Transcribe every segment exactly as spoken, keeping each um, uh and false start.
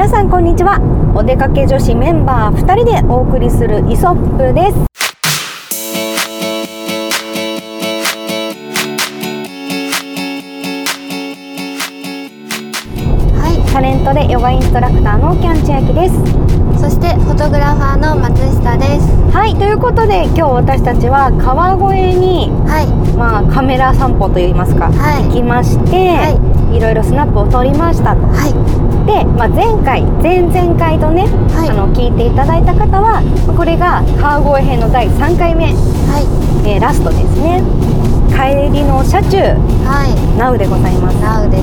皆さんこんにちは。お出かけ女子メンバーふたりでお送りするイソップです。はい、タレントでヨガインストラクターのキャンチアキです。 そしてフォトグラファーの松下です。 はい、ということで今日私たちは川越に、 はい、 まあ、カメラ散歩といいますか、はい、行きまして、はい、いろいろスナップを撮りましたと。はい、で、まあ、前回前々回とね、はい、あの聞いていただいた方はこれが川越編のだいさんかいめ、はいえー、ラストですね。帰りの車中、はい、ナウでございます。 ナウです。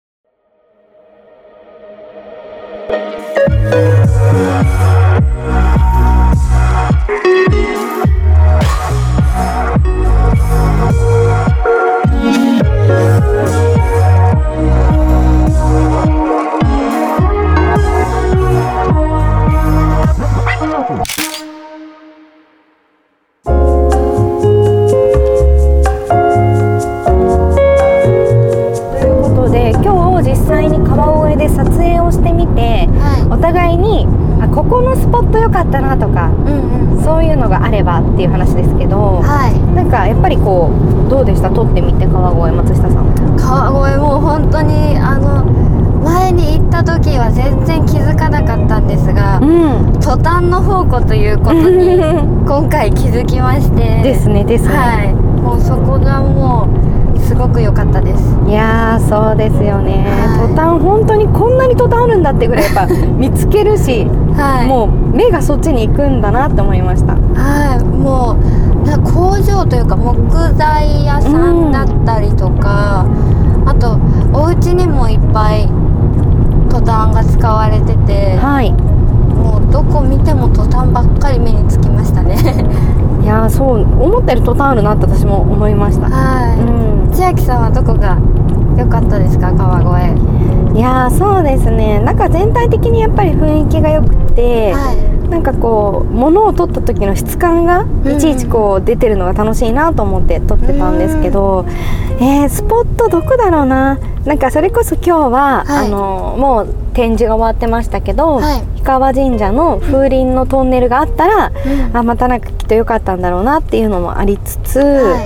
お互いにあここのスポット良かったなとか、うんうん、そういうのがあればっていう話ですけど、はい、なんかやっぱりこうどうでした？撮ってみて川越、松下さん。 川越もう本当にあの前に行った時は全然気づかなかったんですが、うん、トタンの宝庫ということに今回気づきましてですねですね、 はい、もうそこがもうすごく良かったです。 いやーそうですよね、はい、トタン本当にこんなにトタンあるんだってぐらいやっぱ見つけるし、はい、もう目がそっちに行くんだなって思いました。 はい、もうな工場というか木材屋さんだったりとか、うん、あとお家にもいっぱいトタンが使われてて、はい、もうどこ見てもトタンばっかり目につきましたね。 いやそう思ったよりトタンあるなって私も思いました。 はい、うん、千秋さんはどこが良かったですか？川越。 いやそうですね、なんか全体的にやっぱり雰囲気が良くて、はい、なんかこう物を撮った時の質感がいちいちこう出てるのが楽しいなと思って撮ってたんですけど、えー、スポットどこだろうな。なんかそれこそ今日は、はい、あのもう展示が終わってましたけど、はい、氷川神社の風鈴のトンネルがあったら、うん、あまたなんかきっと良かったんだろうなっていうのもありつつ、はい、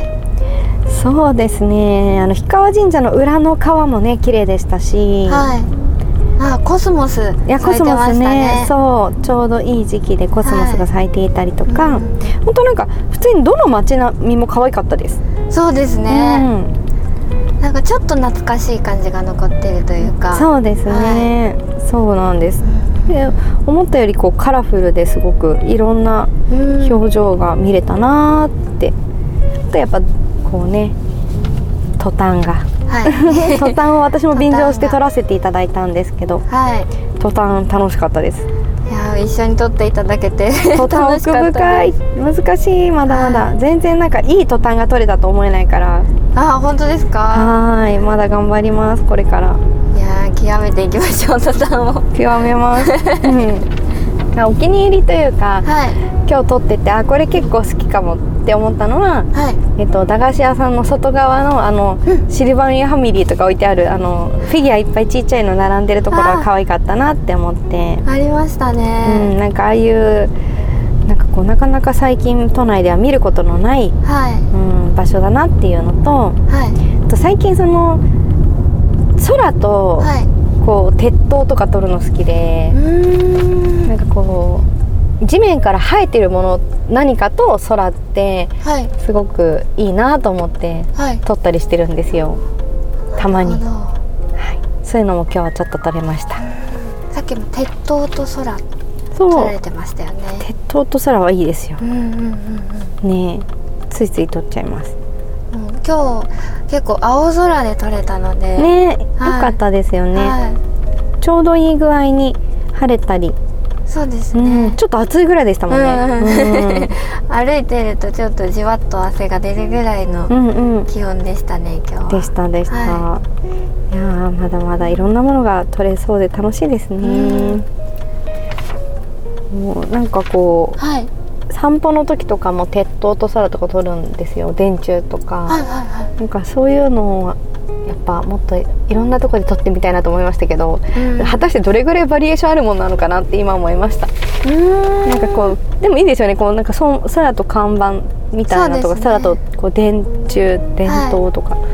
そうですね、あの氷川神社の裏の川もね綺麗でしたし、はい、 あコスモス咲いてましたね。いやコスモスね、 そうちょうどいい時期でコスモスが咲いていたりとか、はい、うん、本当なんか普通にどの街並みも可愛かったです。 そうですね、うん、なんかちょっと懐かしい感じが残ってるというか。 そうですね、はい、そうなんです。で思ったよりこうカラフルですごくいろんな表情が見れたなって、うん、あとやっぱこうねトタンが、はい、トタンを私も便乗して撮らせていただいたんですけど、はい、トタン楽しかったです。 いや一緒に撮っていただけてトタン奥深い、難しい、まだまだ、はい、全然なんかいいトタンが撮れたと思えないから。 あ本当ですか？ はい、まだ頑張りますこれから。 いや極めていきましょう、トタンを極めます、うん、お気に入りというか、はい、今日撮っててあこれ結構好きかもって思ったのは、はい、えっと、駄菓子屋さんの外側のあの、うん、シルバニアファミリーとか置いてあるあのフィギュアいっぱいちっちゃいの並んでるところが可愛かったなって思って。 ありましたね、 うん、なんかああいうなんかこうなかなか最近都内では見ることのない、はい、うん、場所だなっていうのと、はい、あと最近その空と、はい、こう鉄塔とか撮るの好きで、うーん、なんかこう地面から生えてるもの何かと空ってすごくいいなと思って撮ったりしてるんですよ、はい、たまに、はい、そういうのも今日はちょっと撮れました。 さっきも鉄塔と空撮られてましたよね。 鉄塔と空はいいですよ、うんうんうんうん、ねえついつい撮っちゃいます、 うん、今日結構青空で撮れたのでね、はい、よかったですよね、はい、ちょうどいい具合に晴れたり。 そうですね、 うん、ちょっと暑いぐらいでしたもんね、うんうん、歩いてるとちょっとじわっと汗が出るぐらいの気温でしたね、今日は。 でしたでした、はい、いやまだまだいろんなものが撮れそうで楽しいですね、うん、もうなんかこう、はい、散歩の時とかも鉄塔と空とか撮るんですよ、電柱とか、はいはいはい、なんかそういうのをやっぱもっといろんなところで撮ってみたいなと思いましたけど、 うん、 果たしてどれぐらいバリエーションあるものなのかなって今思いました。うんなんかこうでもいいですよね、こうなんかそ空と看板みたいなとか、ね、空とこう電柱電灯とか、はい、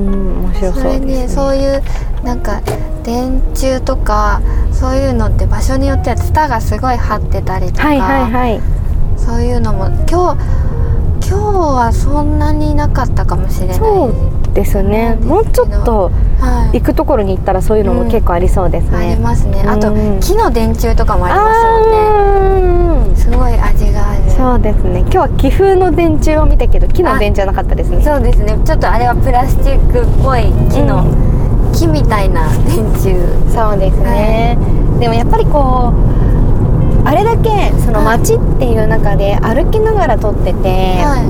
うん面白そうですね。それね、 そういうなんか電柱とかそういうのって場所によってはツタがすごい張ってたりとか、 はいはいはい、 そういうのも今日今日はそんなになかったかもしれない。 そうですね、もうちょっと行くところに行ったらそういうのも結構ありそうですね、 うん、ありますね。あと、うん、木の電柱とかもありますよね。すごい味がある。 そうですね、今日は気風の電柱を見たけど木の電柱なかったですね。 そうですね、ちょっとあれはプラスチックっぽい木の、うん、木みたいな電柱。 そうですね、はい、でもやっぱりこうあれだけその街っていう中で歩きながら撮ってて、はい、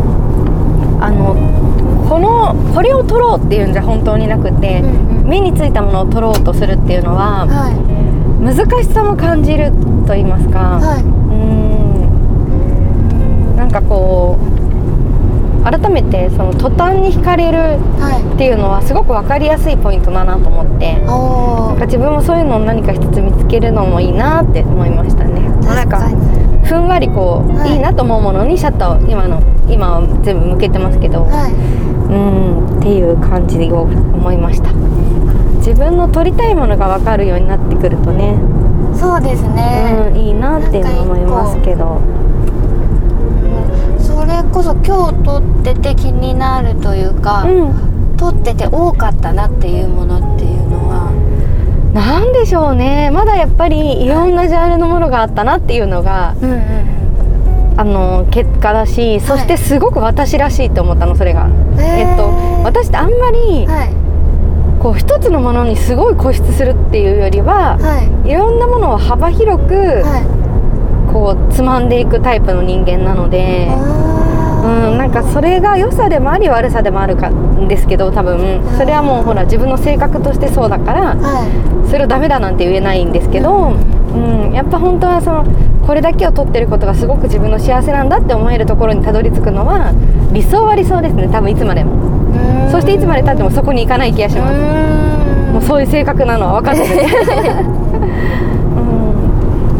あのこのこれを撮ろうっていうんじゃ本当になくて、うんうん、目についたものを撮ろうとするっていうのは、はい、難しさも感じると言いますか、はい、うーんなんかこう改めてその途端に惹かれるっていうのはすごく分かりやすいポイントだなと思って、はい、なんか自分もそういうのを何か一つ見つけるのもいいなって思いましたね。なんかふんわりこう、はい、いいなと思うものにシャッターを今の今は全部向けてますけど、はい、うんっていう感じを思いました。自分の撮りたいものが分かるようになってくるとね、 そうですね、 うん、いいなって思いますけど、うん、 それこそ今日撮ってて気になるというか、うん、撮ってて多かったなっていうものっていうのはなんでしょうね。まだやっぱりいろんなジャンルのものがあったなっていうのが、うんうん、あの結果だし、そしてすごく私らしいと思ったのそれが、えっと、私ってあんまり、はい、こう一つのものにすごい固執するっていうよりは、はい、いろんなものを幅広く、はい、こうつまんでいくタイプの人間なので、うん、なんかそれが良さでもあり悪さでもあるかんですけど、多分それはもうほら自分の性格としてそうだから、はい、それをダメだなんて言えないんですけど、うん、やっぱ本当はそのこれだけを撮ってることがすごく自分の幸せなんだって思えるところにたどり着くのは理想は理想ですね、多分いつまでも。そしていつまで経ってもそこに行かない気がします。もうそういう性格なのは分かってる、うん、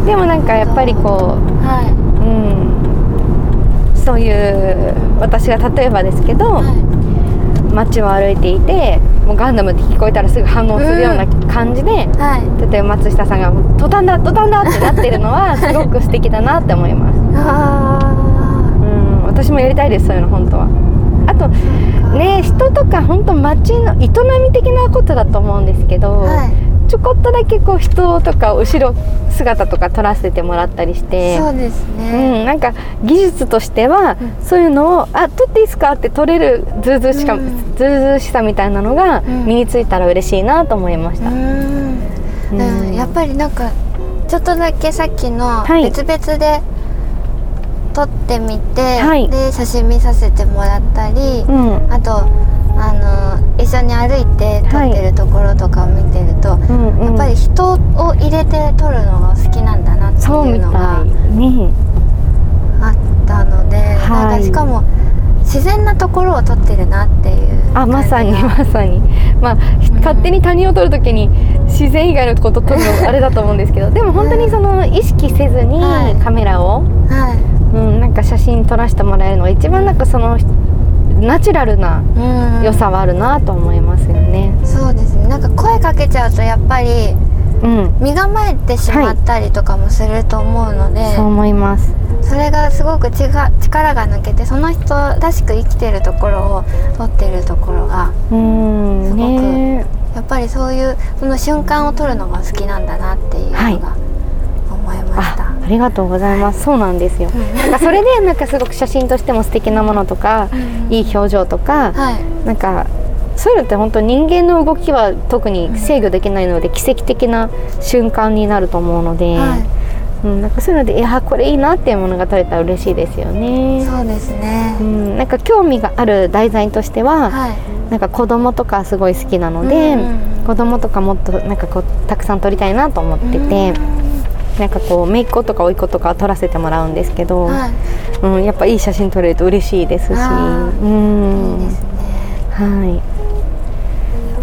でもなんかやっぱりこう、はい、うん、そういう私が例えばですけど、はい、街を歩いていてもうガンダムって聞こえたらすぐ反応するような感じで、うんはい、例えば松下さんがトタンだトタンだってなってるのはすごく素敵だなって思いますあ、うん、私もやりたいです、そういうの本当は。あとね、人とか本当街の営み的なことだと思うんですけど、はい、ちょこっとだけこう人とか後ろ姿とか撮らせてもらったりして、 そうですね、 うん、なんか技術としては、うん、そういうのをあ撮っていいですかって撮れるずうずうしか、うん、ずうずうしさみたいなのが身についたら嬉しいなと思いました、うんうんうん、やっぱりなんかちょっとだけさっきの別々で、はい撮ってみて、はい、で写真見させてもらったり、うん、あとあの一緒に歩いて撮ってるところとかを見てると、はい、やっぱり人を入れて撮るのが好きなんだなっていうのがあったので、ね、なんかしかも自然なところを撮ってるなっていう。 あ、まさにまさに、まあ、うん、勝手に他人を撮るときに自然以外のこと撮るのあれだと思うんですけどでも本当にその意識せずにカメラを、はいはい、うん、なんか写真撮らせてもらえるのが一番なんかそのナチュラルな良さはあるなと思いますよね、 うん、そうですね。なんか声かけちゃうとやっぱり、うん、身構えてしまったりとかもすると思うので、はい、 そう思います。 それがすごくちが力が抜けてその人らしく生きてるところを撮ってるところがすごく、ね、やっぱりそういうその瞬間を撮るのが好きなんだなっていうのが、はい、思いました。 あ, ありがとうございます、はい、そうなんですよ、うん、なんかそれでなんかすごく写真としても素敵なものとか、うん、いい表情とか、はい、なんかそういうのって本当人間の動きは特に制御できないので、うん、奇跡的な瞬間になると思うので、はい、うん、なんかそういうのでいやこれいいなっていうものが撮れたら嬉しいですよね。 そうですね、 うん、なんか興味がある題材としては、はい、なんか子供とかすごい好きなので、うんうん、子供とかもっとなんかこうたくさん撮りたいなと思ってて、うん、なんかこう姪っ子とか甥っ子とか撮らせてもらうんですけど、はい、うん、やっぱいい写真撮れると嬉しいですし、うん、いいですね、はい。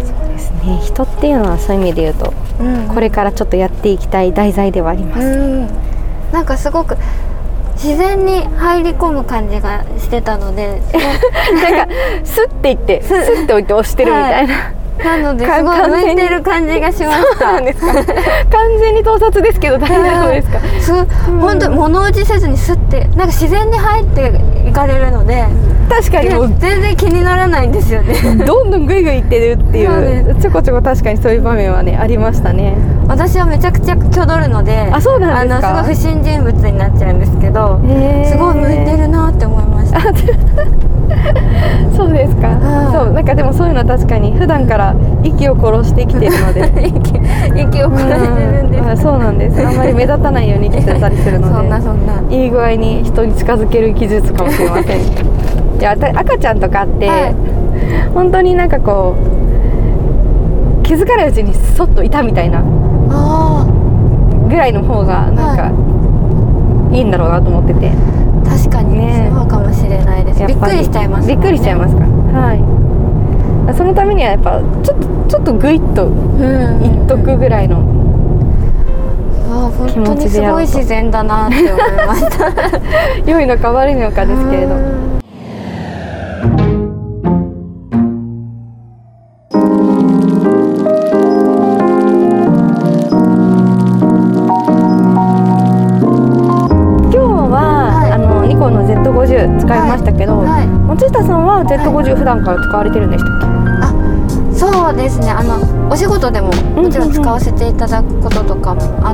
ね、人っていうのはそういう意味で言うと、うん、これからちょっとやっていきたい題材ではあります、うん、 なんかすごく自然に入り込む感じがしてたのでなんかスッていってスッて置いて押してるみたいな、はいなのですごい向いてる感じがしました。 そうなんですか。完全に盗撮ですけど大丈夫ですか。 す本当に物おじせずにスッてなんか自然に入っていかれるので、 確かにもう全然気にならないんですよね。 どんどんグイグイいってるっていうちょこちょこ確かにそういう場面はねありましたね。 私はめちゃくちゃ挙取るので、 あ、そうなんですか。 あのすごい不審人物になっちゃうんですけど、すごい向いてるなって思いました。 そうですか。そうなんかでもそういうのは確かに普段から息を殺して生きてるので息, 息を殺してるんです、 うん、そうなんです。あんまり目立たないように生きてたりするのでそんなそんないい具合に人に近づける技術かもしれません。いや赤ちゃんとかって、はい、本当になんかこう気づかないうちにそっといたみたいなぐらいの方がなんか、はい、いいんだろうなと思ってて。 確かにね、そうかもしれないです。びっくりしちゃいます、ね、 びっくりしちゃいますか。はい。そのためにはやっぱちょっとちょっとグイッといっとくぐらいの気持ちでやろうと。本当にすごい自然だなって思いました。 良いのか悪いのかですけれど。使いましたけど、はいはい、松下さんは ゼットごじゅう 普段から使われてるんでしたっけ？ あ、そうですね。あのお仕事でももちろん使わせていただくこととかもあって、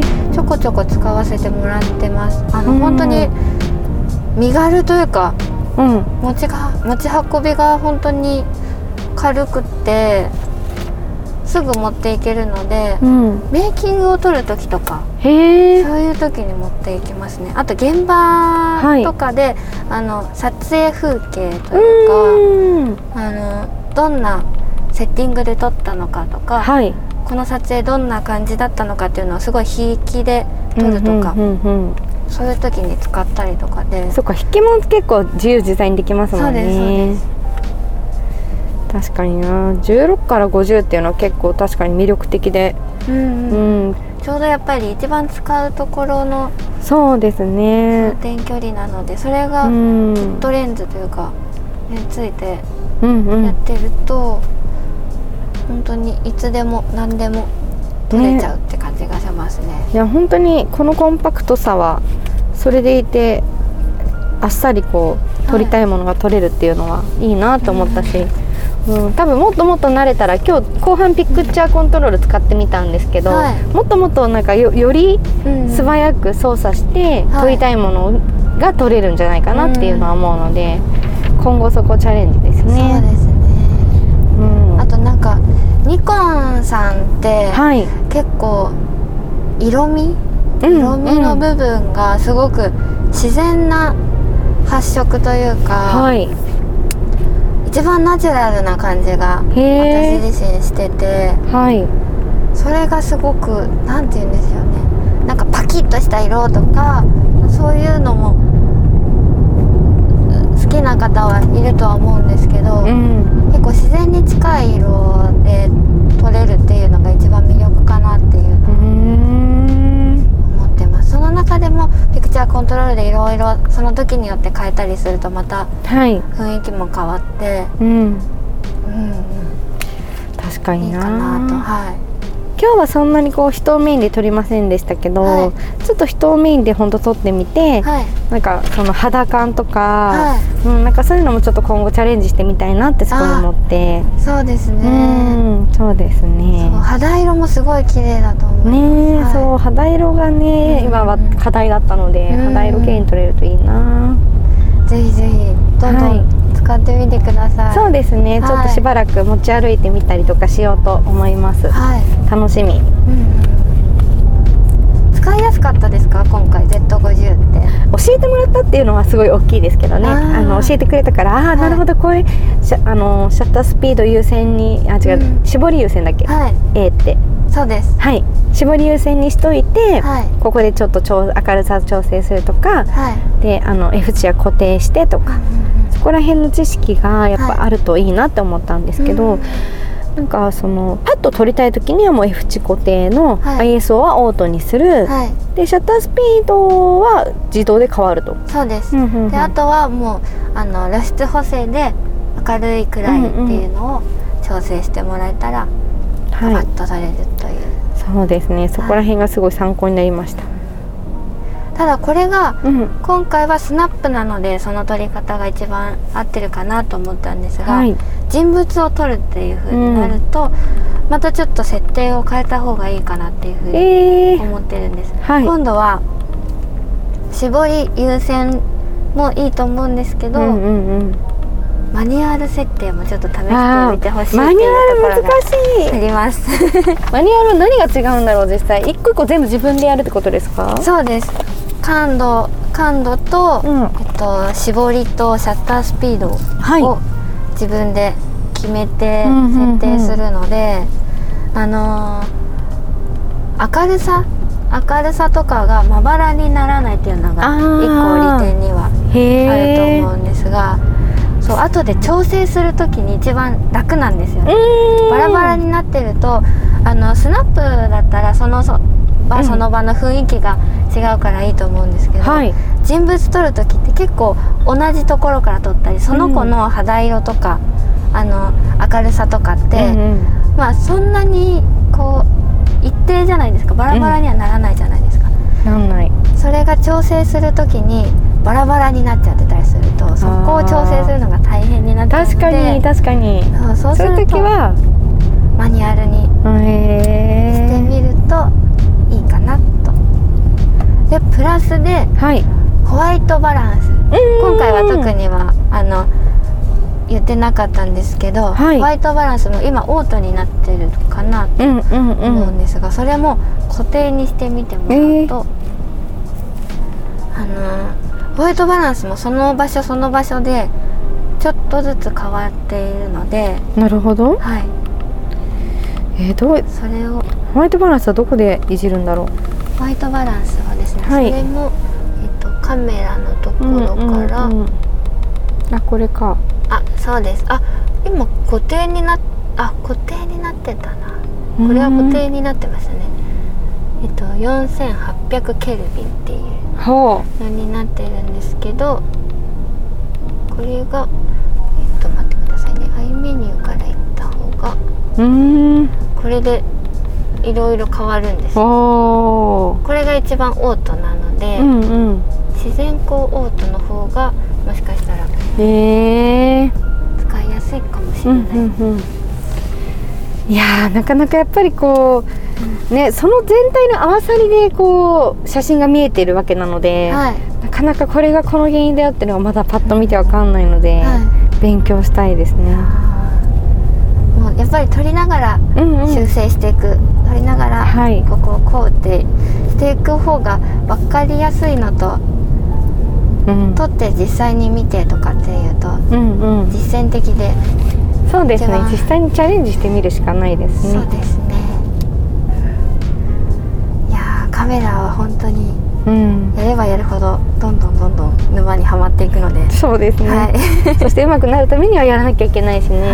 うんうん、ちょこちょこ使わせてもらってます。あの、うん、本当に身軽というか、うん、持ちが持ち運びが本当に軽くってすぐ持っていけるので、うん、メイキングを撮る時とかへそういう時に持っていきますね。あと現場とかで、はい、あの撮影風景というかあのどんなセッティングで撮ったのかとか、はい、この撮影どんな感じだったのかっていうのをすごい引きで撮るとか、うんうんうんうん、そういう時に使ったりとかで。 そっか、引きも結構自由自在にできますもんね。 そうですそうです。 確かにな、じゅうろくからごじゅうっていうのは結構確かに魅力的で、うんうんうん、ちょうどやっぱり一番使うところのそうですね装填距離なので、それがキットレンズというか、ね、ついてやってると、うんうん、本当にいつでも何でも撮れちゃうって感じがしますね。 いや本当にこのコンパクトさはそれでいてあっさりこう撮りたいものが撮れるっていうのはいいなと思ったし、はいうん、多分もっともっと慣れたら今日後半ピクチャーコントロール使ってみたんですけど、はい、もっともっとなんか よ, より素早く操作して撮りたいものが撮れるんじゃないかなっていうのは思うので、うん、今後そこチャレンジですね。 そうですね、うん、あとなんかニコンさんって、はい、結構色味、うん、色味の部分がすごく自然な発色というか、はい一番ナチュラルな感じが私自身してて、はい、それがすごくなんて言うんですよね、なんかパキッとした色とかそういうのも好きな方はいるとは思うんですけど、うん、結構自然に近い色で撮れるっていうのが一番魅力かなっていうのを思ってます。その中でもピクチャーコントロールでいろいろその時によって変えたりするとまた雰囲気も変わって、はいうんうんうん、 確かにないいかなと、はい、 今日はそんなにこう人をメインで撮りませんでしたけど、はい、ちょっと人をメインで本当撮ってみて、はい、なんかその肌感とか、はいうん、なんかそういうのもちょっと今後チャレンジしてみたいなってすごい思って。 そうですね、 うん、そうですね。 そう肌色もすごい綺麗だと思うね、 はい、 そう肌色がね、うん、今は課題だったので、うん、肌色系に撮れるといいな。 ぜひぜひどんどん使ってみてください。 そうですね、はい、ちょっとしばらく持ち歩いてみたりとかしようと思います、はい、楽しみ、うん、 使いやすかったですか今回 ゼットごじゅう って。 教えてもらったっていうのはすごい大きいですけどね、ああの教えてくれたから、ああなるほど、こういうシ ャ, あのシャッタースピード優先にあ違う、うん、絞り優先だっけ、はい、A ってそうです、 はい、絞り優先にしといて、はい、ここでちょっと明るさ調整するとか、はい、であの F 値は固定してとか、うんうん、そこら辺の知識がやっぱあるといいなって思ったんですけど、はい、 なんかそのパッと撮りたい時にはもう F 値固定の、はい、アイエスオー はオートにする、はい、でシャッタースピードは自動で変わると。 そうです、うんうんうん、であとはもうあの露出補正で明るいくらいっていうのを調整してもらえたら、うんうん、パッと撮れるという、はい、 そうですね、そこら辺がすごい参考になりました、はい、 ただこれが、うん、今回はスナップなのでその撮り方が一番合ってるかなと思ったんですが、はい、人物を撮るっていう風になると、うん、またちょっと設定を変えた方がいいかなっていう風に思ってるんです、えーはい、今度は絞り優先もいいと思うんですけど、うんうんうん、マニュアル設定もちょっと試してみてほしいっていうところがあります。 マニュアル何が違うんだろう実際。一個一個全部自分でやるってことですか？ そうです。感度感度と、うん、えっと絞りとシャッタースピードを自分で決めて設定するので、あのー、明るさ明るさとかがまばらにならないっていうのが一個利点にはあると思うんですが、そう後で調整する時に一番楽なんですよね。バラバラになってるとあのスナップだったらそのそ場その場の雰囲気が違うからいいと思うんですけど、はい、人物撮る時って結構同じところから撮ったりその子の肌色とか、うん、あの明るさとかって、うんうん、まあそんなにこう一定じゃないですか。バラバラにはならないじゃないですか、 うん、なんない。 それが調整する時にバラバラになっちゃってたりするとそこを調整するのが大変になっちゃうので、 確かに確かにそう、そうするとそういう時はマニュアルにしてみるといいかなと。でプラスで、はい、ホワイトバランス、今回は特にはあの言ってなかったんですけど、はい、ホワイトバランスも今オートになってるかなと思うんですが、それも固定にしてみてもらうと、えー、あのホワイトバランスもその場所その場所でちょっとずつ変わっているので。 なるほど、 はい、 えー、どうそれをホワイトバランスはどこでいじるんだろう。 ホワイトバランスはですね、はい、それも、えっと、カメラのところから、うんうんうん、 あこれか。 あそうです。あ今固定になっあ固定になってたな。これは固定になってましたね。えっとよんせんはっぴゃくケルビンっていうのになってるんですけど、これがえっと待ってくださいね。アイメニューからいった方がうーんこれでいろいろ変わるんです。これが一番オートなので、うんうん、自然光オートの方がもしかしたらへー使いやすいかもしれない、うんうんうん、 いやーなかなかやっぱりこう、うん、ねその全体の合わさりでこう写真が見えているわけなので、はい、なかなかこれがこの原因であってのはまだパッと見てわかんないので、はい、勉強したいですね。 もうやっぱり撮りながら修正していく、うんうん、撮りながらここをこうってしていく方が分かりやすいのと、うん、撮って実際に見てとかっていうと、うんうん、実践的でそうですね、実際にチャレンジしてみるしかないですね。 そうですね。いやカメラは本当にやればやるほどどんどんどんどん沼にはまっていくので。 そうですね、はい、そして上手くなるためにはやらなきゃいけないしね、はい、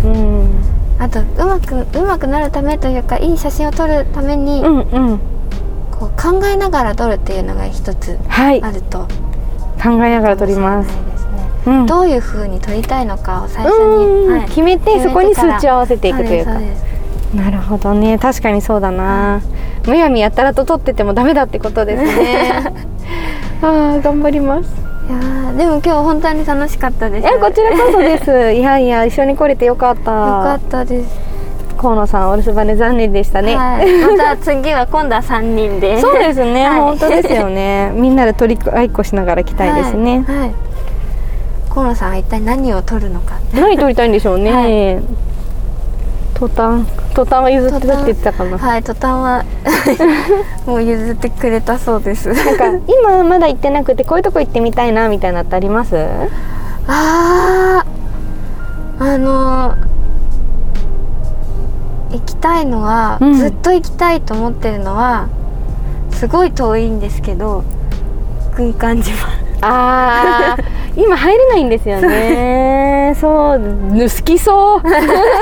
うん、 あと上手く上手くなるためというかいい写真を撮るために、うんうん、こう考えながら撮るっていうのが一つあると、はい、 考えながら撮ります。 うん、どういう風に撮りたいのかを最初に、 はい、決めてそこに数値を合わせていくというか。なるほどね、確かにそうだな、むやみやったらと撮っててもダメだってことですね。ああ頑張ります。 いやでも今日本当に楽しかったです。 いやこちらこそです。いやいや一緒に来れてよかった。よかったです。 河野さんお留守番で残念でしたね、 はい、また次は今度はさんにんで。 そうですね、はい、本当ですよね。みんなで取り合いっこしながら来たいですね。はい、はい、 河野さんは一体何を撮るのか。 何撮りたいんでしょうね。はい、トタントタンは譲ってたって言ってたかな。 はい、トタンはもう譲ってくれたそうです。 なんか今まだ行ってなくてこういうとこ行ってみたいなみたいなのってあります？ あーあのー、行きたいのは、うん、ずっと行きたいと思ってるのはすごい遠いんですけど軍艦島。 あー今入れないんですよね。そう好きそう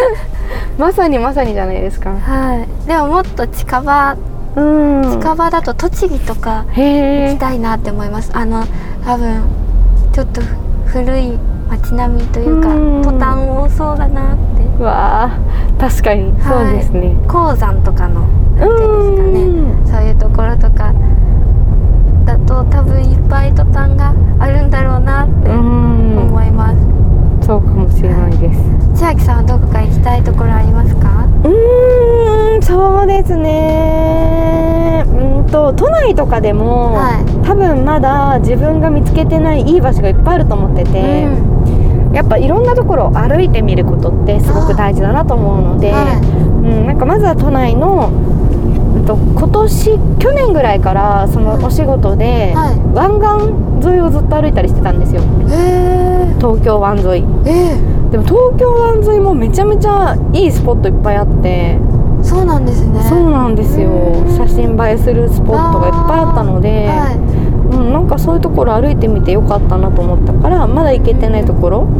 まさにまさにじゃないですか。 はい。でももっと近場、うん、近場だと栃木とか行きたいなって思います。あの多分ちょっと古い街並みというか、うん、トタン多そうだなって。 わあ、確かにそうですね。 鉱山とかのなんていうんですかね、そういうところとかだと多分いっぱいトタンがあるんだろうなって思います。 そうかもしれないです。 千秋さんはどこか行きたいところありますか？ うーん、そうですね。うんと都内とかでも、はい、多分まだ自分が見つけてないいい場所がいっぱいあると思ってて、うん、やっぱいろんなところを歩いてみることってすごく大事だなと思うので、はい、うん、なんかまずは都内の今年去年ぐらいからそのお仕事で、はい、湾岸沿いをずっと歩いたりしてたんですよ。へー、東京湾沿い。えー、でも東京湾沿いもめちゃめちゃいいスポットいっぱいあって。 そうなんですね。 そうなんですよ。写真映えするスポットがいっぱいあったので、はい、うん、なんかそういうところ歩いてみてよかったなと思ったから、まだ行けてないところ、うん、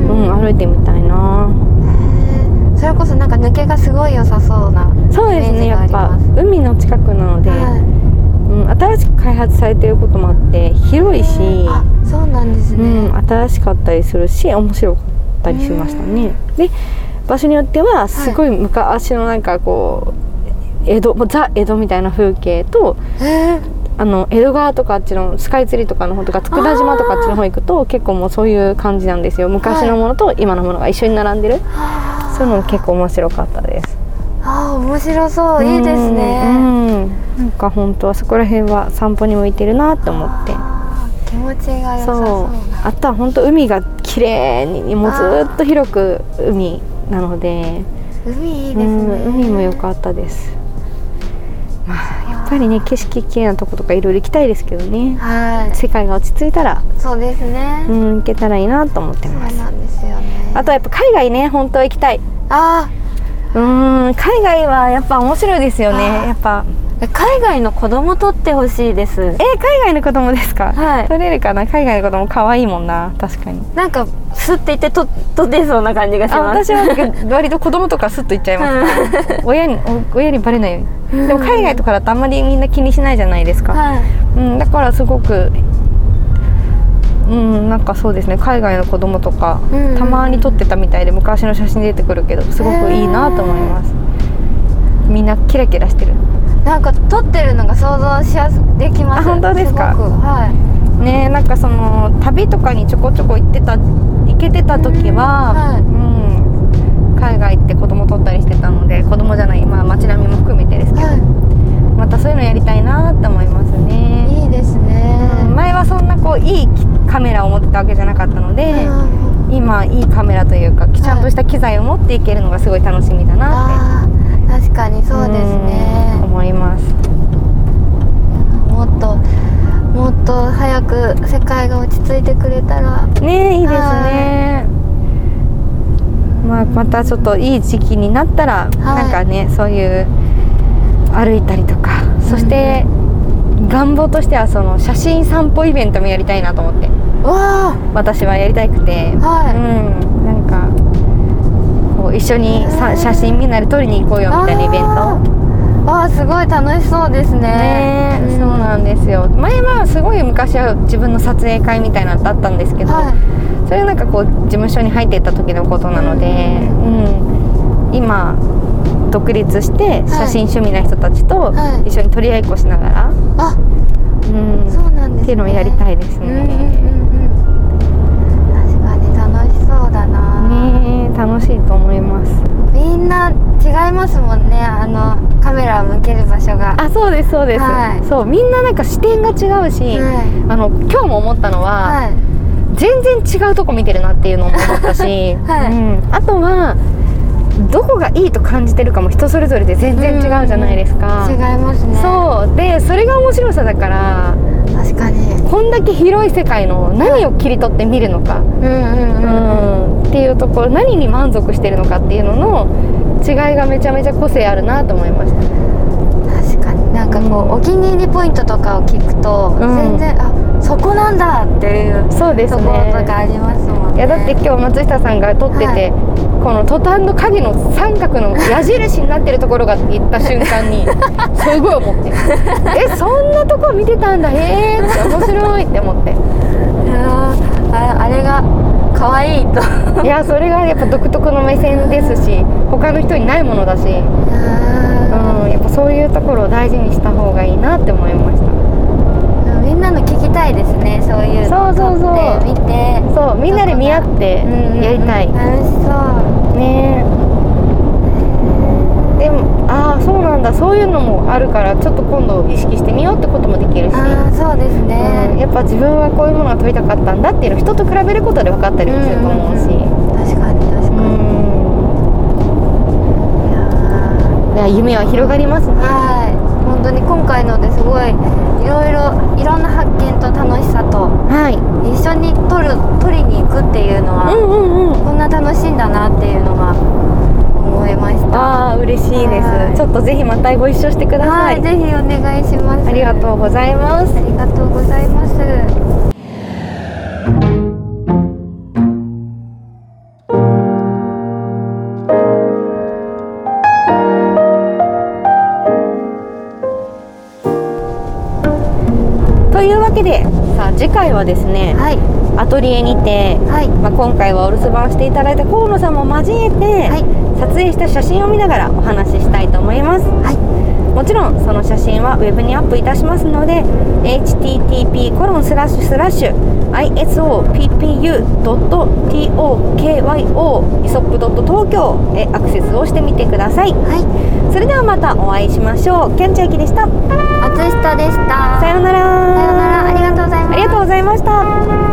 うん、歩いてみたいな。 それこそなんか抜けがすごい良さそうなイメージがあります。そうですね、やっぱ海の近くなので、はい、うん、新しく開発されていることもあって広いし、 あ、そうなんですね、 うん、新しかったりするし面白かったりしましたね。で場所によってはすごい昔のなんかこう江戸、ザ江戸みたいな風景と、あの江戸川とかあっちのスカイツリーとかの方とか佃島とかあっちの方行くと結構もうそういう感じなんですよ。昔のものと今のものが一緒に並んでる、はい、そういうのも結構面白かったです。 ああ、面白そう、いいですね。 うん、なんか本当はそこら辺は散歩に向いてるなって思って、 気持ちが良さそうな。そう、 あとは本当海が綺麗にもうずっと広く海なので、 海いいですね、うん、 海も良かったです。まあ、やっぱりね景色綺麗なとことかいろいろ行きたいですけどね、はい、世界が落ち着いたらそうですね、 うん、行けたらいいなと思ってます。 そうなんですよね。 あとはやっぱ海外ね、本当は行きたい。 ああ、うん、海外はやっぱ面白いですよね。やっぱ海外の子供撮ってほしいです。え、 海外の子供ですか？はい、撮れるかな。海外の子供可愛いもんな。確かになんかスッていってと撮ってそうな感じがします。 あ、私は割と子供とかスッといっちゃいますから親に親にバレないように。でも海外とかだとあんまりみんな気にしないじゃないですか、はい、うん、だからすごく、うん、なんかそうですね、海外の子供とか、うんうん、たまに撮ってたみたいで昔の写真出てくるけどすごくいいなと思います。みんなキラキラしてる。 なんか撮ってるのが想像しやすできます。 あ、本当ですか？ すごく、はい、 ね、なんかその旅とかにちょこちょこ行ってた行けてた時は、うん、はい、うん、海外行って子供撮ったりしてたので、子供じゃない、まあ街並みも含めてですけど、はい、またそういうのやりたいなって思いますね。 いいですね、 うん、前はそんなこういいカメラを持ってたわけじゃなかったので、今いいカメラというかちゃんとした機材を持っていけるのがすごい楽しみだなって、 はい、確かにそうですね、 思います。 もっともっと早く世界が落ち着いてくれたらね、いいですね。まあ、またちょっといい時期になったら、はい、なんかね、そういう歩いたりとか、そして、うん、願望としてはその写真散歩イベントもやりたいなと思って、わ私はやりたくて、はい、うん、なんかこう一緒にさ写真みんなで撮りに行こうよみたいなイベント。 あー、すごい楽しそうですね。 ね、うん、そうなんですよ。前はすごい昔は自分の撮影会みたいなのだったんですけど、はい、それはなんかこう事務所に入っていった時のことなので、うん、今独立して写真趣味な人たちと一緒に取り合いっこしながら、はい、あ、うん、そうなんですね、っていうのをやりたいですね。うんうんうん、 確かに楽しそうだな。 ね、楽しいと思います。 みんな違いますもんね、あのカメラを向ける場所が。 あ、そうですそうです、はい、そう、みんななんか視点が違うし、はい、あの今日も思ったのは、はい、全然違うとこ見てるなっていうのも思ったし、はい、うん、あとはどこがいいと感じてるかも人それぞれで全然違うじゃないですか。 違いますね。 そうで、それが面白さだから、 確かにこんだけ広い世界の何を切り取って見るのか、うんうんうん、っていうところ、何に満足してるのかっていうのの違いがめちゃめちゃ個性あるなと思いました。 確かになんかこう、うん、お気に入りポイントとかを聞くと、うん、全然あそこなんだっていう、 そうですね、 ところとかありますもんね。 いやだって今日松下さんが撮ってて、はい、このトタンの影の三角の矢印になってるところが行った瞬間にすごい思ってえそんなとこ見てたんだへーって面白いって思っていやあ, あれが可愛いといやそれがやっぱ独特の目線ですし他の人にないものだし、うん、やっぱそういうところを大事にした方がいいなって思いました。 みんなの聞きたいですね、そういうのを撮って見て、 そうみんなで見合ってやりたい、 うんうん、楽しそうね。 でもああそうなんだ、そういうのもあるからちょっと今度意識してみようってこともできるし、 あそうですね、 うん、やっぱ自分はこういうものが撮りたかったんだっていうのを人と比べることで分かったりもすると思うし、うんうんうん、確かに確かに、 うん、いや夢は広がりますね。 はい、本当に今回のですごいいろいろいろんな発見と楽しさと、はい、一緒に撮る撮りに行くっていうのは、うんうんうん、こんな楽しいんだなっていうのが思いました。 ああ嬉しいです。ちょっとぜひまたご一緒してください。 はい、ぜひお願いします。 ありがとうございます。 ありがとうございます。 というわけでさあ次回はですね、はい、アトリエにて、はいまあ、今回はお留守番していただいた河野さんも交えて、はい、撮影した写真を見ながらお話ししたいと思います、はい、もちろんその写真はウェブにアップいたしますので エイチティーティーピーコロンスラッシュスラッシュアイエスオーピーピーユードットトーキョー イソップドット東京へアクセスをしてみてください、はい、それではまたお会いしましょう。きゃんちゃゆきでした。 松下でした。 さようなら。 さようなら。ありがとうございます。 ありがとうございました。